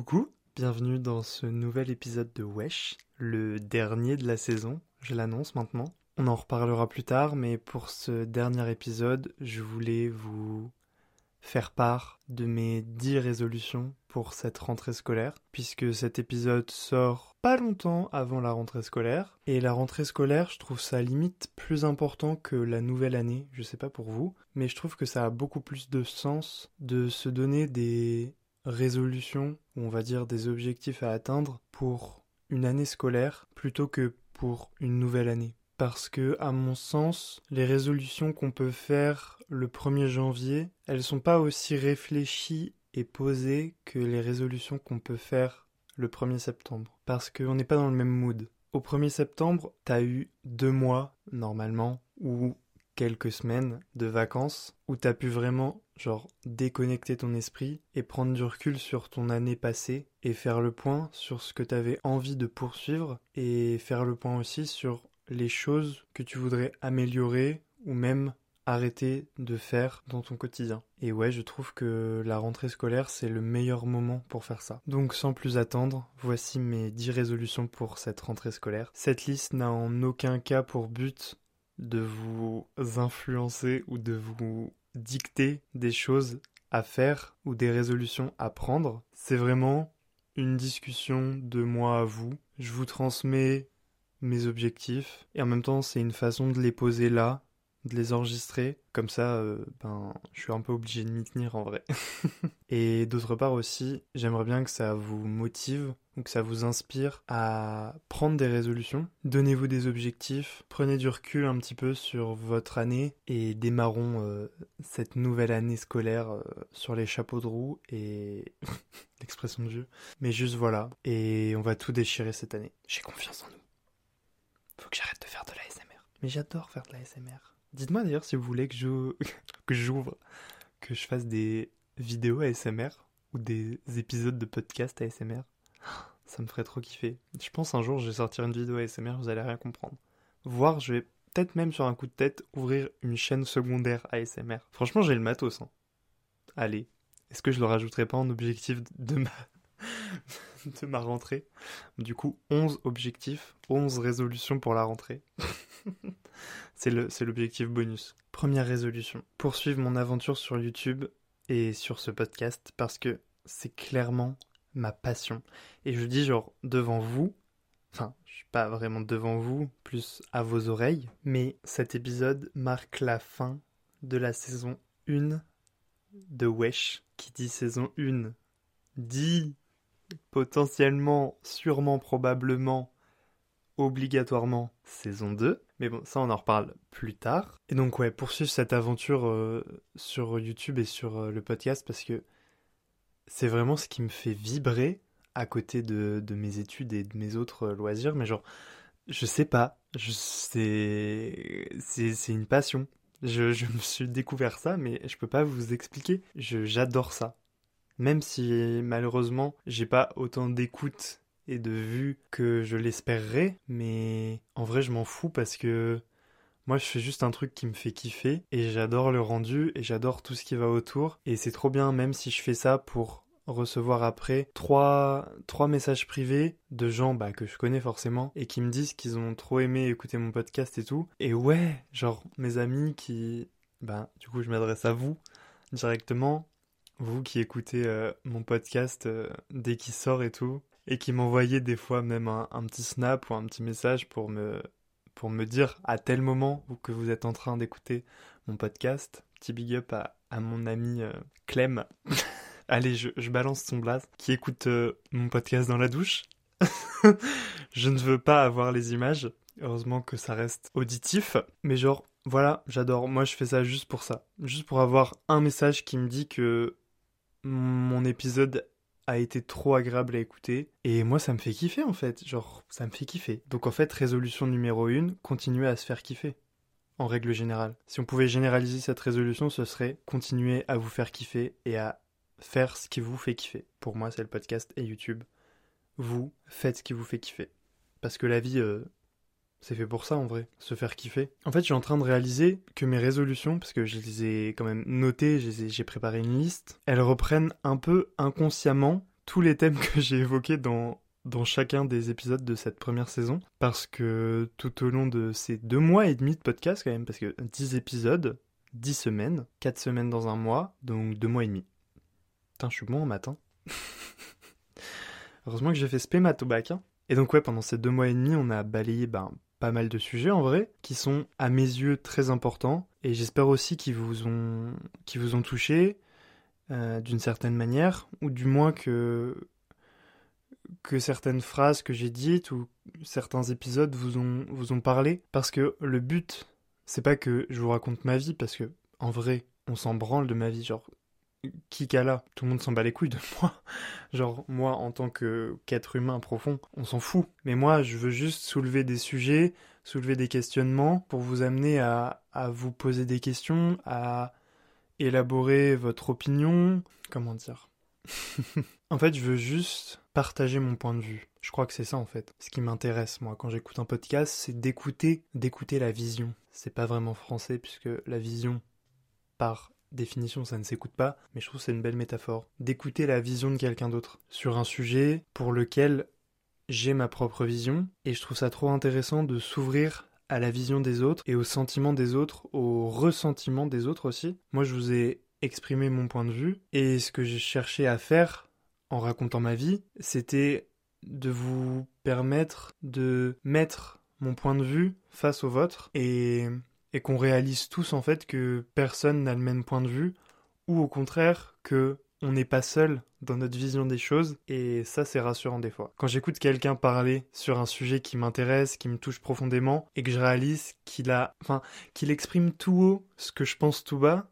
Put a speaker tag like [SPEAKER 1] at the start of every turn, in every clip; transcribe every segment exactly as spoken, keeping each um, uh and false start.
[SPEAKER 1] Coucou, bienvenue dans ce nouvel épisode de Wesh, le dernier de la saison, je l'annonce maintenant. On en reparlera plus tard, mais pour ce dernier épisode, je voulais vous faire part de mes dix résolutions pour cette rentrée scolaire, puisque cet épisode sort pas longtemps avant la rentrée scolaire, et la rentrée scolaire, je trouve ça limite plus important que la nouvelle année, je sais pas pour vous, mais je trouve que ça a beaucoup plus de sens de se donner des résolutions, ou on va dire des objectifs à atteindre pour une année scolaire, plutôt que pour une nouvelle année. Parce que, à mon sens, les résolutions qu'on peut faire le premier janvier, elles sont pas aussi réfléchies et posées que les résolutions qu'on peut faire le premier septembre. Parce qu'on n'est pas dans le même mood. Au premier septembre, t'as eu deux mois, normalement, ou quelques semaines de vacances, où t'as pu vraiment, genre, déconnecter ton esprit et prendre du recul sur ton année passée et faire le point sur ce que t'avais envie de poursuivre et faire le point aussi sur les choses que tu voudrais améliorer ou même arrêter de faire dans ton quotidien. Et ouais, je trouve que la rentrée scolaire, c'est le meilleur moment pour faire ça. Donc sans plus attendre, voici mes dix résolutions pour cette rentrée scolaire. Cette liste n'a en aucun cas pour but de vous influencer ou de vous dicter des choses à faire ou des résolutions à prendre. C'est vraiment une discussion de moi à vous. Je vous transmets mes objectifs, et en même temps c'est une façon de les poser là, de les enregistrer, comme ça euh, ben je suis un peu obligé de m'y tenir en vrai. Et d'autre part aussi, j'aimerais bien que ça vous motive, ou que ça vous inspire à prendre des résolutions, donnez-vous des objectifs, prenez du recul un petit peu sur votre année, et démarrons euh, cette nouvelle année scolaire euh, sur les chapeaux de roue, et l'expression de Dieu, mais juste voilà, et on va tout déchirer cette année. J'ai confiance en nous. Faut que j'arrête de faire de l'A S M R. Mais j'adore faire de l'A S M R. Dites-moi d'ailleurs si vous voulez que, je... que j'ouvre, que je fasse des vidéos A S M R ou des épisodes de podcast A S M R. Ça me ferait trop kiffer. Je pense un jour je vais sortir une vidéo A S M R, vous allez rien comprendre. Voire je vais peut-être même sur un coup de tête ouvrir une chaîne secondaire A S M R. Franchement j'ai le matos. Hein. Allez, est-ce que je le rajouterai pas en objectif de ma... de ma rentrée. Du coup, onze objectifs, onze résolutions pour la rentrée. c'est, le, c'est l'objectif bonus. Première résolution, poursuivre mon aventure sur YouTube et sur ce podcast parce que c'est clairement ma passion. Et je dis genre devant vous, enfin, je suis pas vraiment devant vous, plus à vos oreilles, mais cet épisode marque la fin de la saison un de Wesh. Qui dit saison un dit potentiellement, sûrement, probablement, obligatoirement, saison deux. Mais bon, ça on en reparle plus tard. Et donc ouais, poursuivre cette aventure euh, sur YouTube et sur euh, le podcast parce que c'est vraiment ce qui me fait vibrer à côté de, de mes études et de mes autres euh, loisirs. Mais genre, je sais pas, je, c'est, c'est, c'est une passion. Je, je me suis découvert ça, mais je peux pas vous expliquer. Je, j'adore ça. Même si malheureusement j'ai pas autant d'écoute et de vues que je l'espérerais, mais en vrai je m'en fous parce que moi je fais juste un truc qui me fait kiffer et j'adore le rendu et j'adore tout ce qui va autour et c'est trop bien même si je fais ça pour recevoir après trois, trois messages privés de gens bah, que je connais forcément et qui me disent qu'ils ont trop aimé écouter mon podcast et tout. Et ouais, genre mes amis qui... Bah du coup je m'adresse à vous directement. Vous qui écoutez euh, mon podcast euh, dès qu'il sort et tout, et qui m'envoyez des fois même un, un petit snap ou un petit message pour me, pour me dire à tel moment que vous êtes en train d'écouter mon podcast. Petit big up à, à mon ami euh, Clem. Allez, je, je balance son blaze. Qui écoute euh, mon podcast dans la douche. Je ne veux pas avoir les images. Heureusement que ça reste auditif. Mais genre, voilà, j'adore. Moi, je fais ça juste pour ça. Juste pour avoir un message qui me dit que mon épisode a été trop agréable à écouter et moi ça me fait kiffer en fait, genre ça me fait kiffer. Donc en fait résolution numéro un, continuer à se faire kiffer en règle générale. Si on pouvait généraliser cette résolution, ce serait continuer à vous faire kiffer et à faire ce qui vous fait kiffer. Pour moi c'est le podcast et YouTube. Vous faites ce qui vous fait kiffer. Parce que la vie... Euh, c'est fait pour ça en vrai, se faire kiffer. En fait, je suis en train de réaliser que mes résolutions, parce que je les ai quand même notées, je les ai- j'ai préparé une liste, elles reprennent un peu inconsciemment tous les thèmes que j'ai évoqués dans, dans chacun des épisodes de cette première saison, parce que tout au long de ces deux mois et demi de podcast quand même, parce que dix épisodes, dix semaines, quatre semaines dans un mois, donc deux mois et demi. Putain, je suis bon en matin. Heureusement que j'ai fait spé maths au bac, hein. Et donc ouais, pendant ces deux mois et demi, on a balayé ben, pas mal de sujets en vrai, qui sont à mes yeux très importants, et j'espère aussi qu'ils vous ont, qu'ils vous ont touché euh, d'une certaine manière, ou du moins que, que certaines phrases que j'ai dites ou certains épisodes vous ont, vous ont parlé. Parce que le but, c'est pas que je vous raconte ma vie, parce que en vrai, on s'en branle de ma vie, genre... Qui qu'a là, tout le monde s'en bat les couilles de moi. Genre, moi, en tant que, qu'être humain profond, on s'en fout. Mais moi, je veux juste soulever des sujets, soulever des questionnements pour vous amener à, à vous poser des questions, à élaborer votre opinion. Comment dire? En fait, je veux juste partager mon point de vue. Je crois que c'est ça, en fait. Ce qui m'intéresse, moi, quand j'écoute un podcast, c'est d'écouter, d'écouter la vision. C'est pas vraiment français, puisque la vision, par définition, ça ne s'écoute pas, mais je trouve que c'est une belle métaphore. D'écouter la vision de quelqu'un d'autre sur un sujet pour lequel j'ai ma propre vision, et je trouve ça trop intéressant de s'ouvrir à la vision des autres et aux sentiments des autres, aux ressentiments des autres aussi. Moi, je vous ai exprimé mon point de vue, et ce que j'ai cherché à faire en racontant ma vie, c'était de vous permettre de mettre mon point de vue face au vôtre, et... et qu'on réalise tous en fait que personne n'a le même point de vue, ou au contraire que on n'est pas seul dans notre vision des choses, et ça c'est rassurant des fois. Quand j'écoute quelqu'un parler sur un sujet qui m'intéresse, qui me touche profondément, et que je réalise qu'il a, enfin, qu'il exprime tout haut ce que je pense tout bas,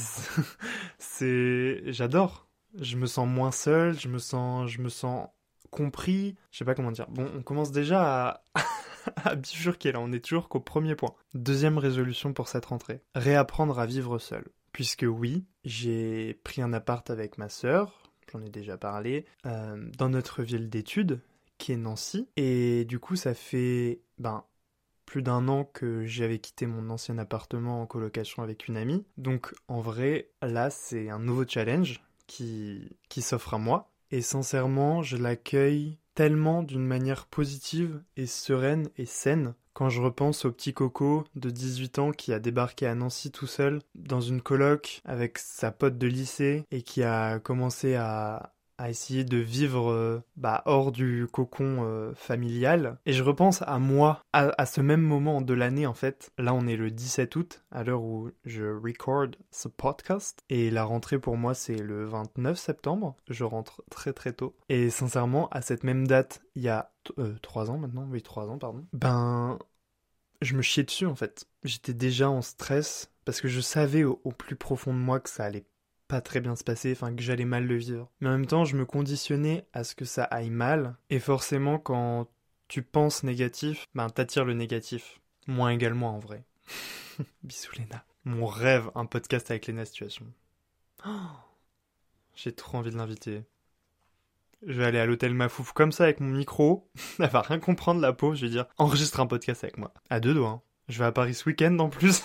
[SPEAKER 1] c'est, j'adore. Je me sens moins seul, je me sens, je me sens compris, je sais pas comment dire. Bon, on commence déjà à... à bifurquer là, on est toujours qu'au premier point. Deuxième résolution pour cette rentrée. Réapprendre à vivre seul. Puisque oui, j'ai pris un appart avec ma sœur, j'en ai déjà parlé, euh, dans notre ville d'études, qui est Nancy. Et du coup, ça fait ben, plus d'un an que j'avais quitté mon ancien appartement en colocation avec une amie. Donc en vrai, là, c'est un nouveau challenge qui, qui s'offre à moi. Et sincèrement, je l'accueille tellement d'une manière positive et sereine et saine quand je repense au petit Coco de dix-huit ans qui a débarqué à Nancy tout seul dans une coloc avec sa pote de lycée et qui a commencé à, à essayer de vivre euh, bah, hors du cocon euh, familial. Et je repense à moi, à, à ce même moment de l'année en fait. Là on est le dix-sept août, à l'heure où je record ce podcast. Et la rentrée pour moi c'est le vingt-neuf septembre. Je rentre très très tôt. Et sincèrement, à cette même date, il y a trois ans maintenant, oui trois ans pardon, ben je me chiais dessus en fait. J'étais déjà en stress parce que je savais au, au plus profond de moi que ça allait pas très bien se passer, enfin que j'allais mal le vivre. Mais en même temps, je me conditionnais à ce que ça aille mal, et forcément quand tu penses négatif, ben t'attires le négatif. Moi également en vrai. Bisous Léna. Mon rêve, un podcast avec Léna Situation. Oh, j'ai trop envie de l'inviter. Je vais aller à l'hôtel Mafouf comme ça avec mon micro. Elle va rien comprendre la pauvre. Je vais dire enregistre un podcast avec moi. À deux doigts. Hein. Je vais à Paris ce week-end en plus.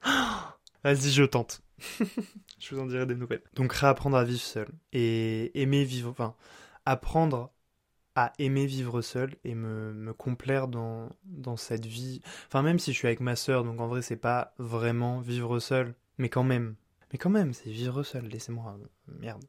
[SPEAKER 1] Vas-y, je tente. Je vous en dirai des nouvelles. Donc réapprendre à vivre seul. Et aimer vivre... Enfin, apprendre à aimer vivre seul et me, me complaire dans, dans cette vie. Enfin, même si je suis avec ma sœur, donc en vrai, c'est pas vraiment vivre seul. Mais quand même. Mais quand même, c'est vivre seul. Laissez-moi... Merde.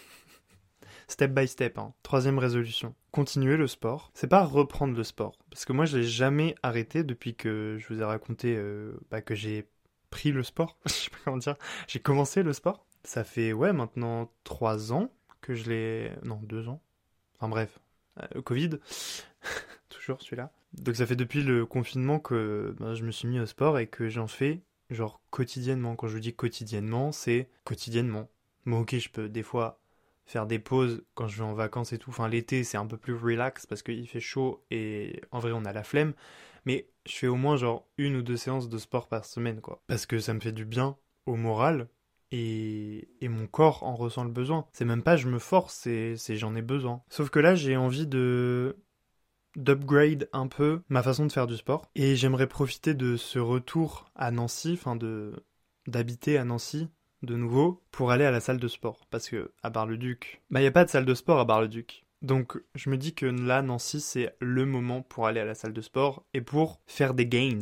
[SPEAKER 1] Step by step, hein. Troisième résolution. Continuer le sport. C'est pas reprendre le sport. Parce que moi, je l'ai jamais arrêté depuis que je vous ai raconté euh, bah, que j'ai pris le sport. Je sais pas comment dire. J'ai commencé le sport. Ça fait, ouais, maintenant trois ans que je l'ai... Non, deux ans. Enfin bref. Euh, Covid. Toujours celui-là. Donc ça fait depuis le confinement que bah, je me suis mis au sport et que j'en fais genre quotidiennement. Quand je vous dis quotidiennement, c'est quotidiennement. Bon, ok, je peux des fois... faire des pauses quand je vais en vacances et tout. Enfin, l'été, c'est un peu plus relax parce qu'il fait chaud et en vrai, on a la flemme. Mais je fais au moins genre une ou deux séances de sport par semaine, quoi. Parce que ça me fait du bien au moral et, et mon corps en ressent le besoin. C'est même pas je me force, c'est, c'est j'en ai besoin. Sauf que là, j'ai envie de... d'upgrade un peu ma façon de faire du sport. Et j'aimerais profiter de ce retour à Nancy, enfin de... d'habiter à Nancy, de nouveau, pour aller à la salle de sport. Parce que à Bar-le-Duc, bah, il n'y a pas de salle de sport à Bar-le-Duc. Donc, je me dis que là, Nancy, c'est le moment pour aller à la salle de sport et pour faire des gains.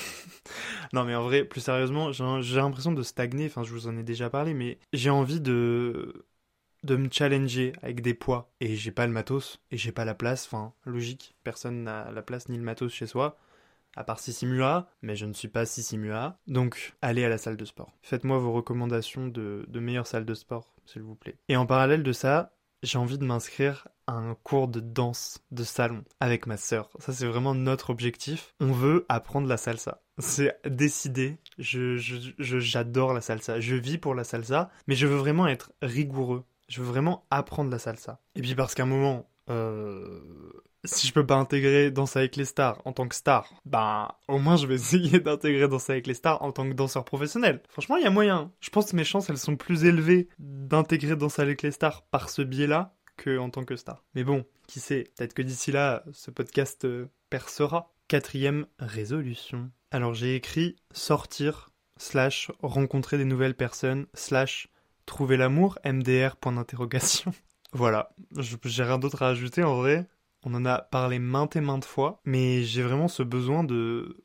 [SPEAKER 1] Non, mais en vrai, plus sérieusement, j'ai, j'ai l'impression de stagner. Enfin, je vous en ai déjà parlé, mais j'ai envie de... de me challenger avec des poids. Et j'ai pas le matos, et j'ai pas la place. Enfin, logique, personne n'a la place ni le matos chez soi. À part Sissimua, mais je ne suis pas Sissimua. Donc, allez à la salle de sport. Faites-moi vos recommandations de, de meilleures salles de sport, s'il vous plaît. Et en parallèle de ça, j'ai envie de m'inscrire à un cours de danse de salon avec ma sœur. Ça, c'est vraiment notre objectif. On veut apprendre la salsa. C'est décidé. Je, je, je, j'adore la salsa. Je vis pour la salsa, mais je veux vraiment être rigoureux. Je veux vraiment apprendre la salsa. Et puis parce qu'à un moment... Euh... Si je peux pas intégrer Danse avec les stars en tant que star, bah au moins je vais essayer d'intégrer Danse avec les stars en tant que danseur professionnel. Franchement, il y a moyen. Je pense que mes chances, elles sont plus élevées d'intégrer Danse avec les stars par ce biais-là que en tant que star. Mais bon, qui sait, peut-être que d'ici là, ce podcast euh, percera. Quatrième résolution. Alors j'ai écrit sortir, slash rencontrer des nouvelles personnes, slash trouver l'amour, M D R, point d'interrogation. Voilà, je, j'ai rien d'autre à ajouter en vrai. On en a parlé maintes et maintes fois, mais j'ai vraiment ce besoin de,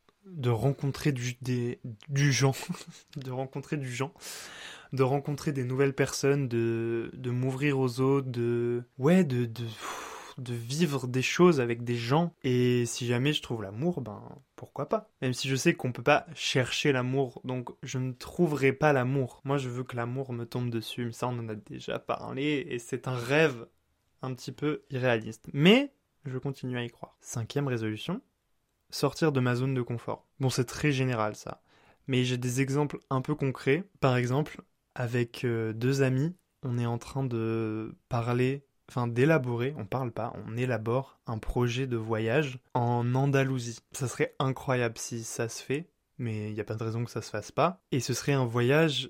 [SPEAKER 1] de rencontrer du, des, du gens, de rencontrer du gens, de rencontrer des nouvelles personnes, de, de m'ouvrir aux autres, de, ouais, de, de, de vivre des choses avec des gens. Et si jamais je trouve l'amour, ben, pourquoi pas? Même si je sais qu'on peut pas chercher l'amour, donc je ne trouverai pas l'amour. Moi, je veux que l'amour me tombe dessus, mais ça, on en a déjà parlé, et c'est un rêve un petit peu irréaliste. Mais je continue à y croire. Cinquième résolution, sortir de ma zone de confort. Bon, c'est très général ça. Mais j'ai des exemples un peu concrets. Par exemple, avec euh, deux amis, on est en train de parler, enfin d'élaborer, on parle pas, on élabore un projet de voyage en Andalousie. Ça serait incroyable si ça se fait, mais il n'y a pas de raison que ça se fasse pas. Et ce serait un voyage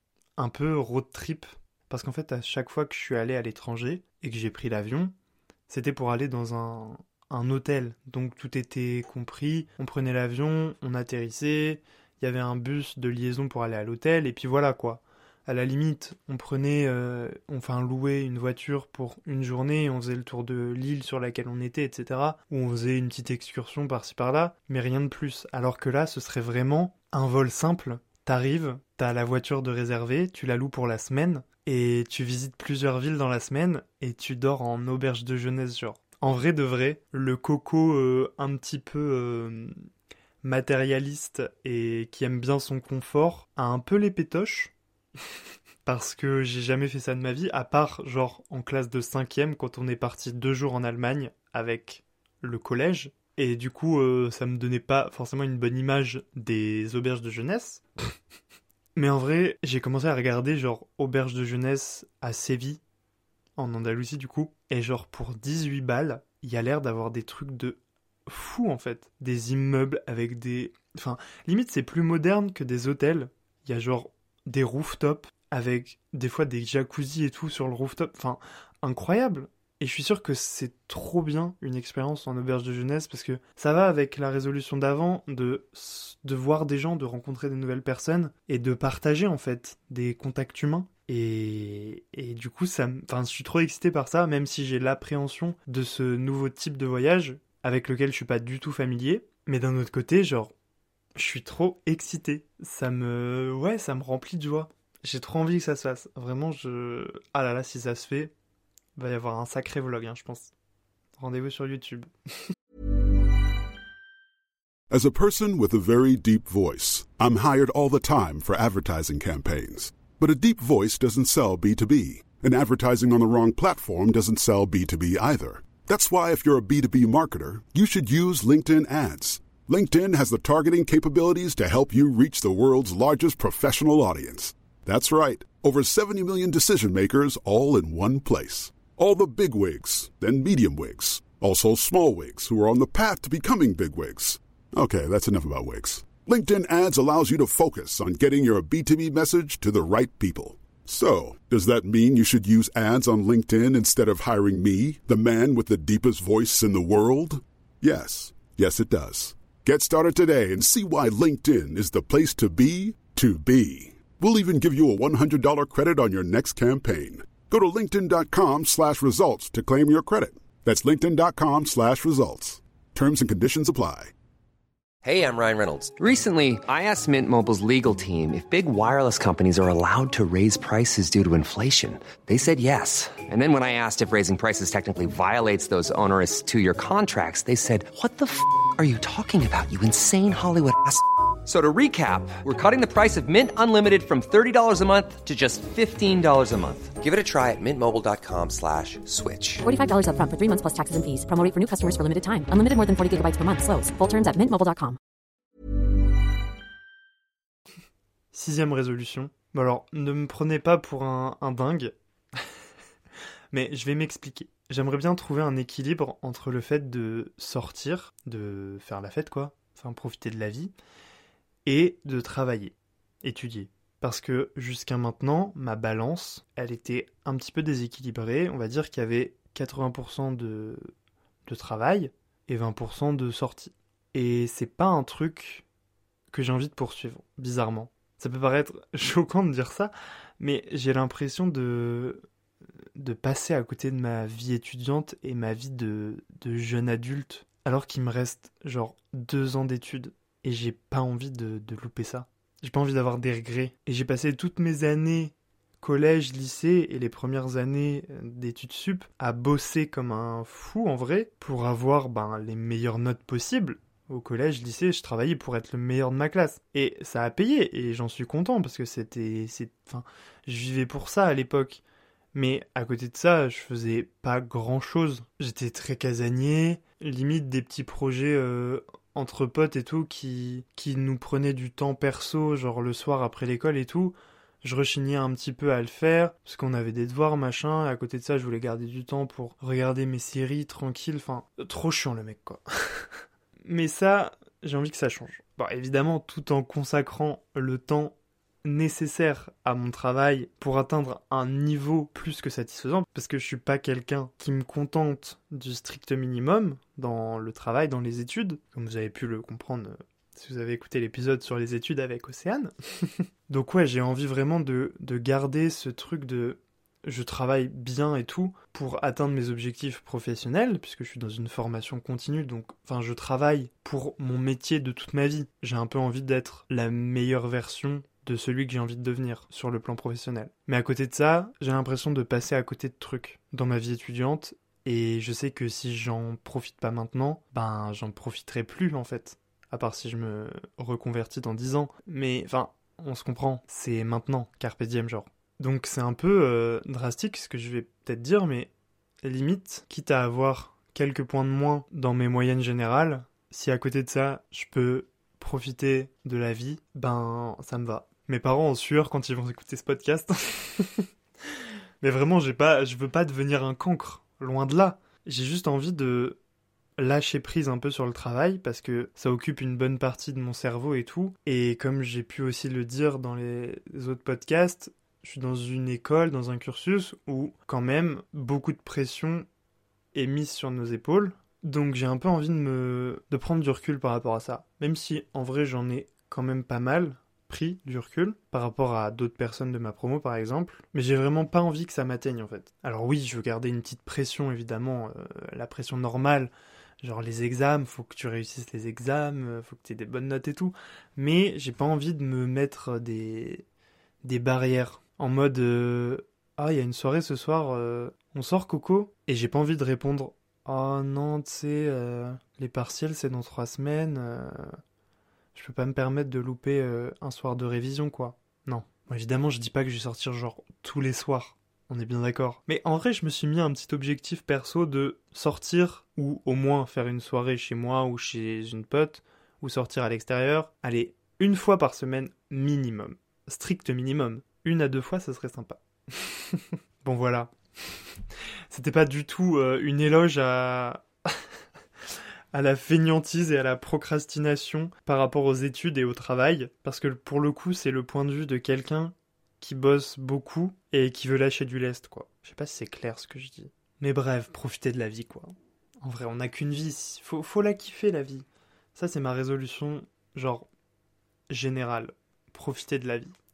[SPEAKER 1] un peu road trip. Parce qu'en fait, à chaque fois que je suis allé à l'étranger et que j'ai pris l'avion, c'était pour aller dans un, un hôtel. Donc tout était compris, on prenait l'avion, on atterrissait, il y avait un bus de liaison pour aller à l'hôtel, et puis voilà quoi. À la limite, on prenait, euh, enfin louait une voiture pour une journée, on faisait le tour de l'île sur laquelle on était, et cetera. Ou on faisait une petite excursion par-ci par-là, mais rien de plus. Alors que là, ce serait vraiment un vol simple. T'arrives, t'as la voiture de réservée, tu la loues pour la semaine, et tu visites plusieurs villes dans la semaine, et tu dors en auberge de jeunesse, genre. En vrai de vrai, le coco euh, un petit peu euh, matérialiste et qui aime bien son confort a un peu les pétoches, parce que j'ai jamais fait ça de ma vie, à part genre en classe de cinquième, quand on est parti deux jours en Allemagne avec le collège, et du coup euh, ça me donnait pas forcément une bonne image des auberges de jeunesse. Mais en vrai, j'ai commencé à regarder genre auberge de jeunesse à Séville, en Andalousie du coup, et genre pour dix-huit balles, il y a l'air d'avoir des trucs de fou en fait. Des immeubles avec des... Enfin, limite c'est plus moderne que des hôtels. Il y a genre des rooftops avec des fois des jacuzzis et tout sur le rooftop. Enfin, incroyable. Et je suis sûr que c'est trop bien une expérience en auberge de jeunesse parce que ça va avec la résolution d'avant de, de voir des gens, de rencontrer des nouvelles personnes et de partager en fait des contacts humains. Et, et du coup, ça, enfin, je suis trop excité par ça, même si j'ai l'appréhension de ce nouveau type de voyage avec lequel je suis pas du tout familier. Mais d'un autre côté, genre, je suis trop excité. Ça me, ouais, ça me remplit de joie. J'ai trop envie que ça se fasse. Vraiment, je, ah là là, si ça se fait. Il va y avoir un sacré vlog, hein, je pense. Rendez-vous sur YouTube.
[SPEAKER 2] As a person with a very deep voice, I'm hired all the time for advertising campaigns. But a deep voice doesn't sell B two B. And advertising on the wrong platform doesn't sell B two B either. That's why if you're a B two B marketer, you should use LinkedIn ads. LinkedIn has the targeting capabilities to help you reach the world's largest professional audience. That's right, over seventy million decision makers all in one place. All the big wigs and medium wigs. Also small wigs who are on the path to becoming big wigs. Okay, that's enough about wigs. LinkedIn ads allows you to focus on getting your B two B message to the right people. So, does that mean you should use ads on LinkedIn instead of hiring me, the man with the deepest voice in the world? Yes. Yes, it does. Get started today and see why LinkedIn is the place to be to be. We'll even give you a one hundred dollars credit on your next campaign. Go to linkedin.com slash results to claim your credit. That's linkedin.com slash results. Terms and conditions apply.
[SPEAKER 3] Hey, I'm Ryan Reynolds. Recently, I asked Mint Mobile's legal team if big wireless companies are allowed to raise prices due to inflation. They said yes. And then when I asked if raising prices technically violates those onerous two-year contracts, they said, what the f*** are you talking about, you insane Hollywood ass f- So to recap, we're cutting the price of Mint Unlimited from thirty dollars a month to just fifteen dollars a month. Give it a try at mintmobile.com slash switch.
[SPEAKER 4] forty-five dollars up front for three months plus taxes and fees. Promo rate for new customers for limited time. Unlimited more than forty gigabytes per month. Slows full terms at mint mobile dot com.
[SPEAKER 1] Sixième résolution. Bon alors, ne me prenez pas pour un, un dingue, mais je vais m'expliquer. J'aimerais bien trouver un équilibre entre le fait de sortir, de faire la fête quoi, enfin profiter de la vie, et de travailler, étudier. Parce que jusqu'à maintenant, ma balance, elle était un petit peu déséquilibrée. On va dire qu'il y avait quatre-vingts pour cent de, de travail et vingt pour cent de sortie. Et c'est pas un truc que j'ai envie de poursuivre, bizarrement. Ça peut paraître choquant de dire ça, mais j'ai l'impression de, de passer à côté de ma vie étudiante et ma vie de, de jeune adulte, alors qu'il me reste genre deux ans d'études. Et j'ai pas envie de, de louper ça. J'ai pas envie d'avoir des regrets. Et j'ai passé toutes mes années, collège, lycée, et les premières années d'études sup, à bosser comme un fou en vrai, pour avoir ben, les meilleures notes possibles. Au collège, lycée, je travaillais pour être le meilleur de ma classe. Et ça a payé, et j'en suis content, parce que c'était... C'est, enfin, je vivais pour ça à l'époque. Mais à côté de ça, je faisais pas grand-chose. J'étais très casanier, limite des petits projets... Euh, entre potes et tout, qui, qui nous prenaient du temps perso, genre le soir après l'école et tout, je rechignais un petit peu à le faire, parce qu'on avait des devoirs, machin, et à côté de ça, je voulais garder du temps pour regarder mes séries, tranquille, enfin, trop chiant le mec, quoi. Mais ça, j'ai envie que ça change. Bon, évidemment, tout en consacrant le temps nécessaire à mon travail pour atteindre un niveau plus que satisfaisant, parce que je suis pas quelqu'un qui me contente du strict minimum dans le travail, dans les études, comme vous avez pu le comprendre si vous avez écouté l'épisode sur les études avec Océane. Donc ouais, j'ai envie vraiment de, de garder ce truc de je travaille bien et tout pour atteindre mes objectifs professionnels, puisque je suis dans une formation continue, donc enfin je travaille pour mon métier de toute ma vie. J'ai un peu envie d'être la meilleure version de celui que j'ai envie de devenir sur le plan professionnel. Mais à côté de ça, j'ai l'impression de passer à côté de trucs dans ma vie étudiante, et je sais que si j'en profite pas maintenant, ben j'en profiterai plus en fait, à part si je me reconvertis dans dix ans. Mais enfin, on se comprend, c'est maintenant, carpe diem genre. Donc c'est un peu euh, drastique ce que je vais peut-être dire, mais limite, quitte à avoir quelques points de moins dans mes moyennes générales, si à côté de ça, je peux profiter de la vie, ben ça me va. Mes parents en sueur quand ils vont écouter ce podcast. Mais vraiment, j'ai pas, je veux pas devenir un cancre, loin de là. J'ai juste envie de lâcher prise un peu sur le travail, parce que ça occupe une bonne partie de mon cerveau et tout. Et comme j'ai pu aussi le dire dans les autres podcasts, je suis dans une école, dans un cursus où quand même beaucoup de pression est mise sur nos épaules. Donc j'ai un peu envie de me de prendre du recul par rapport à ça. Même si en vrai j'en ai quand même pas mal pris du recul par rapport à d'autres personnes de ma promo par exemple. Mais j'ai vraiment pas envie que ça m'atteigne en fait. Alors oui, je veux garder une petite pression évidemment, euh, la pression normale. Genre les examens, faut que tu réussisses les examens, faut que tu aies des bonnes notes et tout. Mais j'ai pas envie de me mettre des, des barrières. En mode, euh, ah il y a une soirée ce soir, euh, on sort Coco? Et j'ai pas envie de répondre, oh non, tu sais, euh, les partiels c'est dans trois semaines, euh, je peux pas me permettre de louper euh, un soir de révision quoi. Non, bon, évidemment je dis pas que je vais sortir genre tous les soirs. On est bien d'accord. Mais en vrai, je me suis mis un petit objectif perso de sortir, ou au moins faire une soirée chez moi ou chez une pote, ou sortir à l'extérieur. Allez, une fois par semaine minimum. Strict minimum. Une à deux fois, ça serait sympa. Bon voilà. C'était pas du tout euh, une éloge à... à la fainéantise et à la procrastination par rapport aux études et au travail, parce que pour le coup, c'est le point de vue de quelqu'un qui bosse beaucoup et qui veut lâcher du lest, quoi. Je sais pas si c'est clair ce que je dis. Mais bref, profiter de la vie, quoi. En vrai, on n'a qu'une vie, faut, faut la kiffer, la vie. Ça, c'est ma résolution, genre, générale. Profiter de la vie.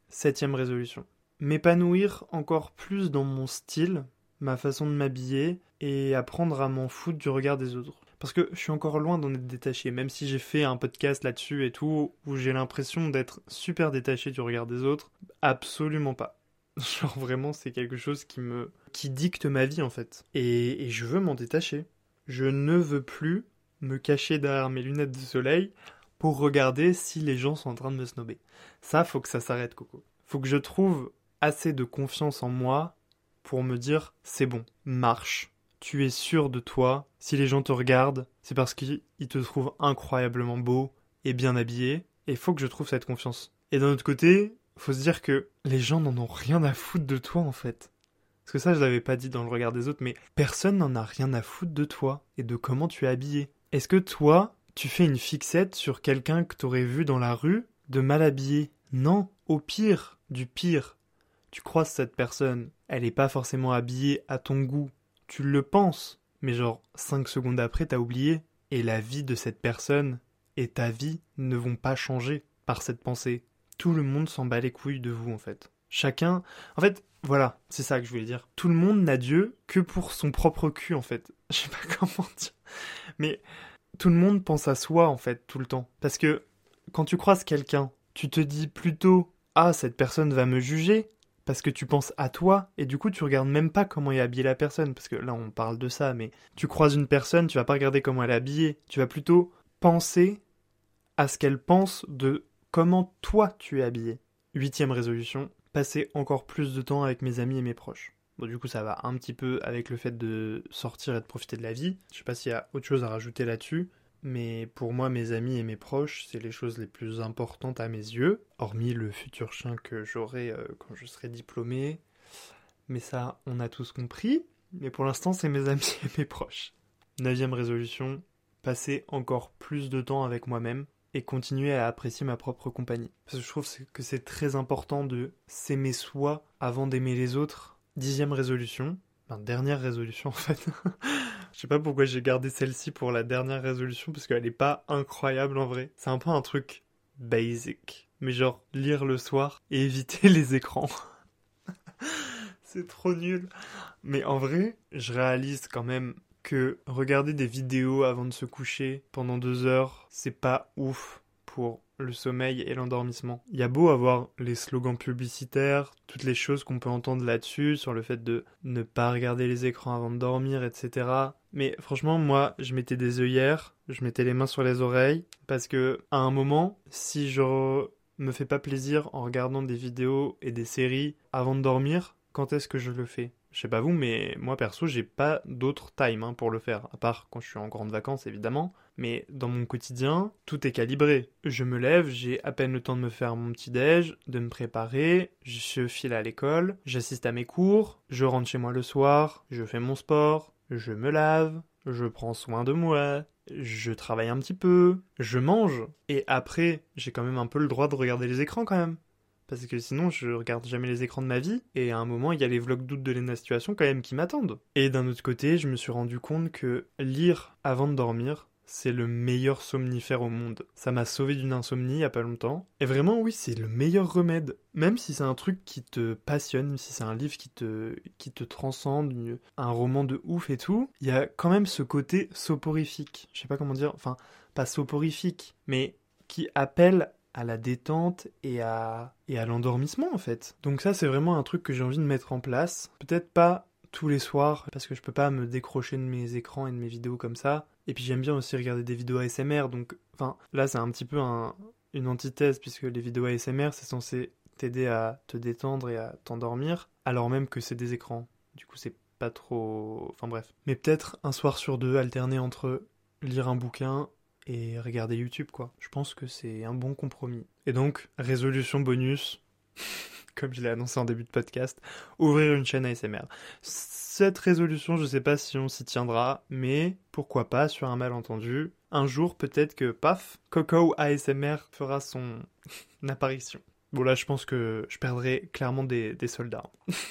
[SPEAKER 1] Septième résolution. M'épanouir encore plus dans mon style, ma façon de m'habiller, et apprendre à m'en foutre du regard des autres. Parce que je suis encore loin d'en être détaché, même si j'ai fait un podcast là-dessus et tout, où j'ai l'impression d'être super détaché du regard des autres, absolument pas. Genre vraiment, c'est quelque chose qui me... qui dicte ma vie en fait. Et, et je veux m'en détacher. Je ne veux plus me cacher derrière mes lunettes de soleil pour regarder si les gens sont en train de me snobber. Ça, faut que ça s'arrête, Coco. Faut que je trouve assez de confiance en moi pour me dire, c'est bon, marche. Tu es sûr de toi. Si les gens te regardent, c'est parce qu'ils te trouvent incroyablement beau et bien habillé. Et faut que je trouve cette confiance. Et d'un autre côté, faut se dire que les gens n'en ont rien à foutre de toi, en fait. Parce que ça, je l'avais pas dit dans le regard des autres, mais personne n'en a rien à foutre de toi et de comment tu es habillé. Est-ce que toi, tu fais une fixette sur quelqu'un que t'aurais vu dans la rue de mal habillé? Non, au pire, du pire. Tu croises cette personne, elle est pas forcément habillée à ton goût. Tu le penses, mais genre cinq secondes après, t'as oublié. Et la vie de cette personne et ta vie ne vont pas changer par cette pensée. Tout le monde s'en bat les couilles de vous, en fait. Chacun... En fait, voilà, c'est ça que je voulais dire. Tout le monde n'a Dieu que pour son propre cul, en fait. Je sais pas comment dire. Mais tout le monde pense à soi, en fait, tout le temps. Parce que quand tu croises quelqu'un, tu te dis plutôt « Ah, cette personne va me juger », parce que tu penses à toi, et du coup tu regardes même pas comment est habillée la personne, parce que là on parle de ça, mais tu croises une personne, tu vas pas regarder comment elle est habillée, tu vas plutôt penser à ce qu'elle pense de comment toi tu es habillé. Huitième résolution, passer encore plus de temps avec mes amis et mes proches. Bon, du coup ça va un petit peu avec le fait de sortir et de profiter de la vie, je sais pas s'il y a autre chose à rajouter là-dessus, mais pour moi, mes amis et mes proches, c'est les choses les plus importantes à mes yeux, hormis le futur chien que j'aurai euh, quand je serai diplômé. Mais ça, on a tous compris. Mais pour l'instant, c'est mes amis et mes proches. Neuvième résolution, passer encore plus de temps avec moi-même et continuer à apprécier ma propre compagnie. Parce que je trouve que c'est très important de s'aimer soi avant d'aimer les autres. Dixième résolution, enfin, dernière résolution en fait. Je sais pas pourquoi j'ai gardé celle-ci pour la dernière résolution, parce qu'elle est pas incroyable en vrai. C'est un peu un truc basic. Mais genre, lire le soir et éviter les écrans. C'est trop nul. Mais en vrai, je réalise quand même que regarder des vidéos avant de se coucher pendant deux heures, c'est pas ouf pour le sommeil et l'endormissement. Il y a beau avoir les slogans publicitaires, toutes les choses qu'on peut entendre là-dessus, sur le fait de ne pas regarder les écrans avant de dormir, et cetera. Mais franchement, moi, je mettais des œillères, je mettais les mains sur les oreilles, parce que à un moment, si je me fais pas plaisir en regardant des vidéos et des séries avant de dormir, quand est-ce que je le fais ? Je sais pas vous, mais moi perso, j'ai pas d'autre time hein, pour le faire, à part quand je suis en grandes vacances évidemment. Mais dans mon quotidien, tout est calibré. Je me lève, j'ai à peine le temps de me faire mon petit-déj, de me préparer, je file à l'école, j'assiste à mes cours, je rentre chez moi le soir, je fais mon sport, je me lave, je prends soin de moi, je travaille un petit peu, je mange. Et après, j'ai quand même un peu le droit de regarder les écrans quand même. Parce que sinon, je regarde jamais les écrans de ma vie, et à un moment, il y a les vlogs d'août de Lena Situation quand même qui m'attendent. Et d'un autre côté, je me suis rendu compte que lire avant de dormir, c'est le meilleur somnifère au monde. Ça m'a sauvé d'une insomnie il y a pas longtemps. Et vraiment, oui, c'est le meilleur remède. Même si c'est un truc qui te passionne, même si c'est un livre qui te, qui te transcende, un roman de ouf et tout, il y a quand même ce côté soporifique. Je sais pas comment dire, enfin, pas soporifique, mais qui appelle à la détente et à, et à l'endormissement en fait. Donc ça c'est vraiment un truc que j'ai envie de mettre en place. Peut-être pas tous les soirs, parce que je peux pas me décrocher de mes écrans et de mes vidéos comme ça. Et puis j'aime bien aussi regarder des vidéos A S M R, donc enfin là c'est un petit peu un, une antithèse, puisque les vidéos A S M R c'est censé t'aider à te détendre et à t'endormir, alors même que c'est des écrans. Du coup c'est pas trop... Enfin bref. Mais peut-être un soir sur deux, alterner entre lire un bouquin et regarder YouTube, quoi. Je pense que c'est un bon compromis. Et donc, résolution bonus, comme je l'ai annoncé en début de podcast, ouvrir une chaîne A S M R. Cette résolution, je sais pas si on s'y tiendra, mais pourquoi pas, sur un malentendu. Un jour, peut-être que, paf, Coco A S M R fera son apparition. Bon là, je pense que je perdrai clairement des, des soldats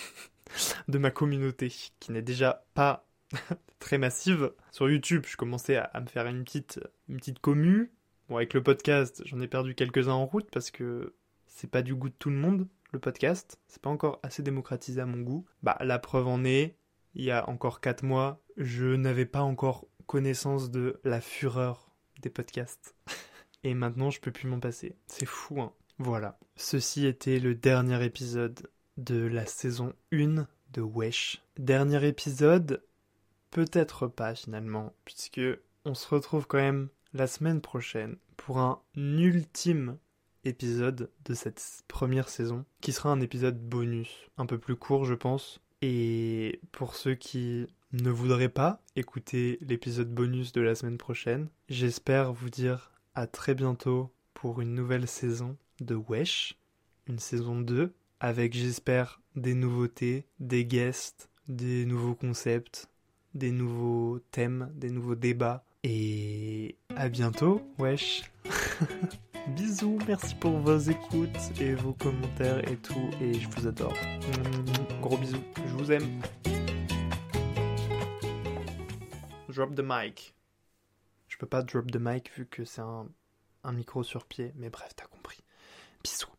[SPEAKER 1] de ma communauté, qui n'est déjà pas... très massive. Sur YouTube, je commençais à, à me faire une petite, une petite commu. Bon, avec le podcast, j'en ai perdu quelques-uns en route parce que c'est pas du goût de tout le monde, le podcast, c'est pas encore assez démocratisé à mon goût. Bah, la preuve en est, il y a encore quatre mois, je n'avais pas encore connaissance de la fureur des podcasts. Et maintenant, je peux plus m'en passer. C'est fou, hein. Voilà. Ceci était le dernier épisode de la saison un de Wesh. Dernier épisode, peut-être pas finalement, puisque on se retrouve quand même la semaine prochaine pour un ultime épisode de cette première saison, qui sera un épisode bonus, un peu plus court je pense. Et pour ceux qui ne voudraient pas écouter l'épisode bonus de la semaine prochaine, j'espère vous dire à très bientôt pour une nouvelle saison de Wesh, une saison deux, avec j'espère des nouveautés, des guests, des nouveaux concepts, des nouveaux thèmes, des nouveaux débats. Et à bientôt, Wesh. Bisous, merci pour vos écoutes et vos commentaires et tout, et je vous adore. Mmh, gros bisous, je vous aime. Drop the mic. Je peux pas drop the mic vu que c'est un, un micro sur pied, mais bref, t'as compris. Bisous.